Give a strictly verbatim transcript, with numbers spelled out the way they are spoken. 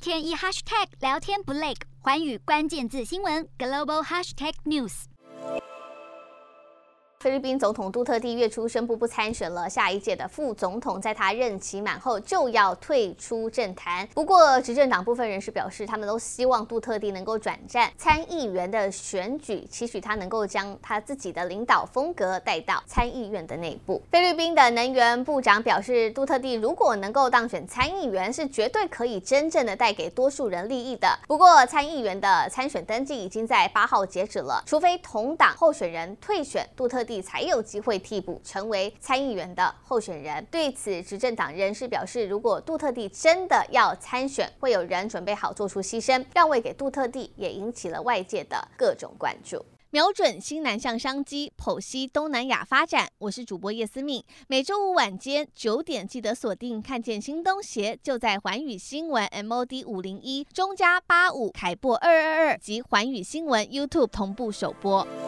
天一 hashtag 聊天不累，寰宇关键字新闻 global hashtag news。 菲律宾总统杜特地月初宣布不参选了，下一届的副总统在他任期满后就要退出政坛。不过，执政党部分人士表示，他们都希望杜特地能够转战参议员的选举，期许他能够将他自己的领导风格带到参议院的内部。菲律宾的能源部长表示，杜特地如果能够当选参议员，是绝对可以真正的带给多数人利益的。不过，参议员的参选登记已经在八号截止了，除非同党候选人退选，杜特地才有机会替补成为参议员的候选人。对此，执政党人士表示，如果杜特地真的要参选，会有人准备好做出牺牲，让位给杜特地，也引起了外界的各种关注。瞄准新南向商机，剖析东南亚发展。我是主播叶思敏，每周五晚间九点记得锁定，看见新东协就在寰宇新闻 M O D 五零一中加八五凯播二二二及寰宇新闻 YouTube 同步首播。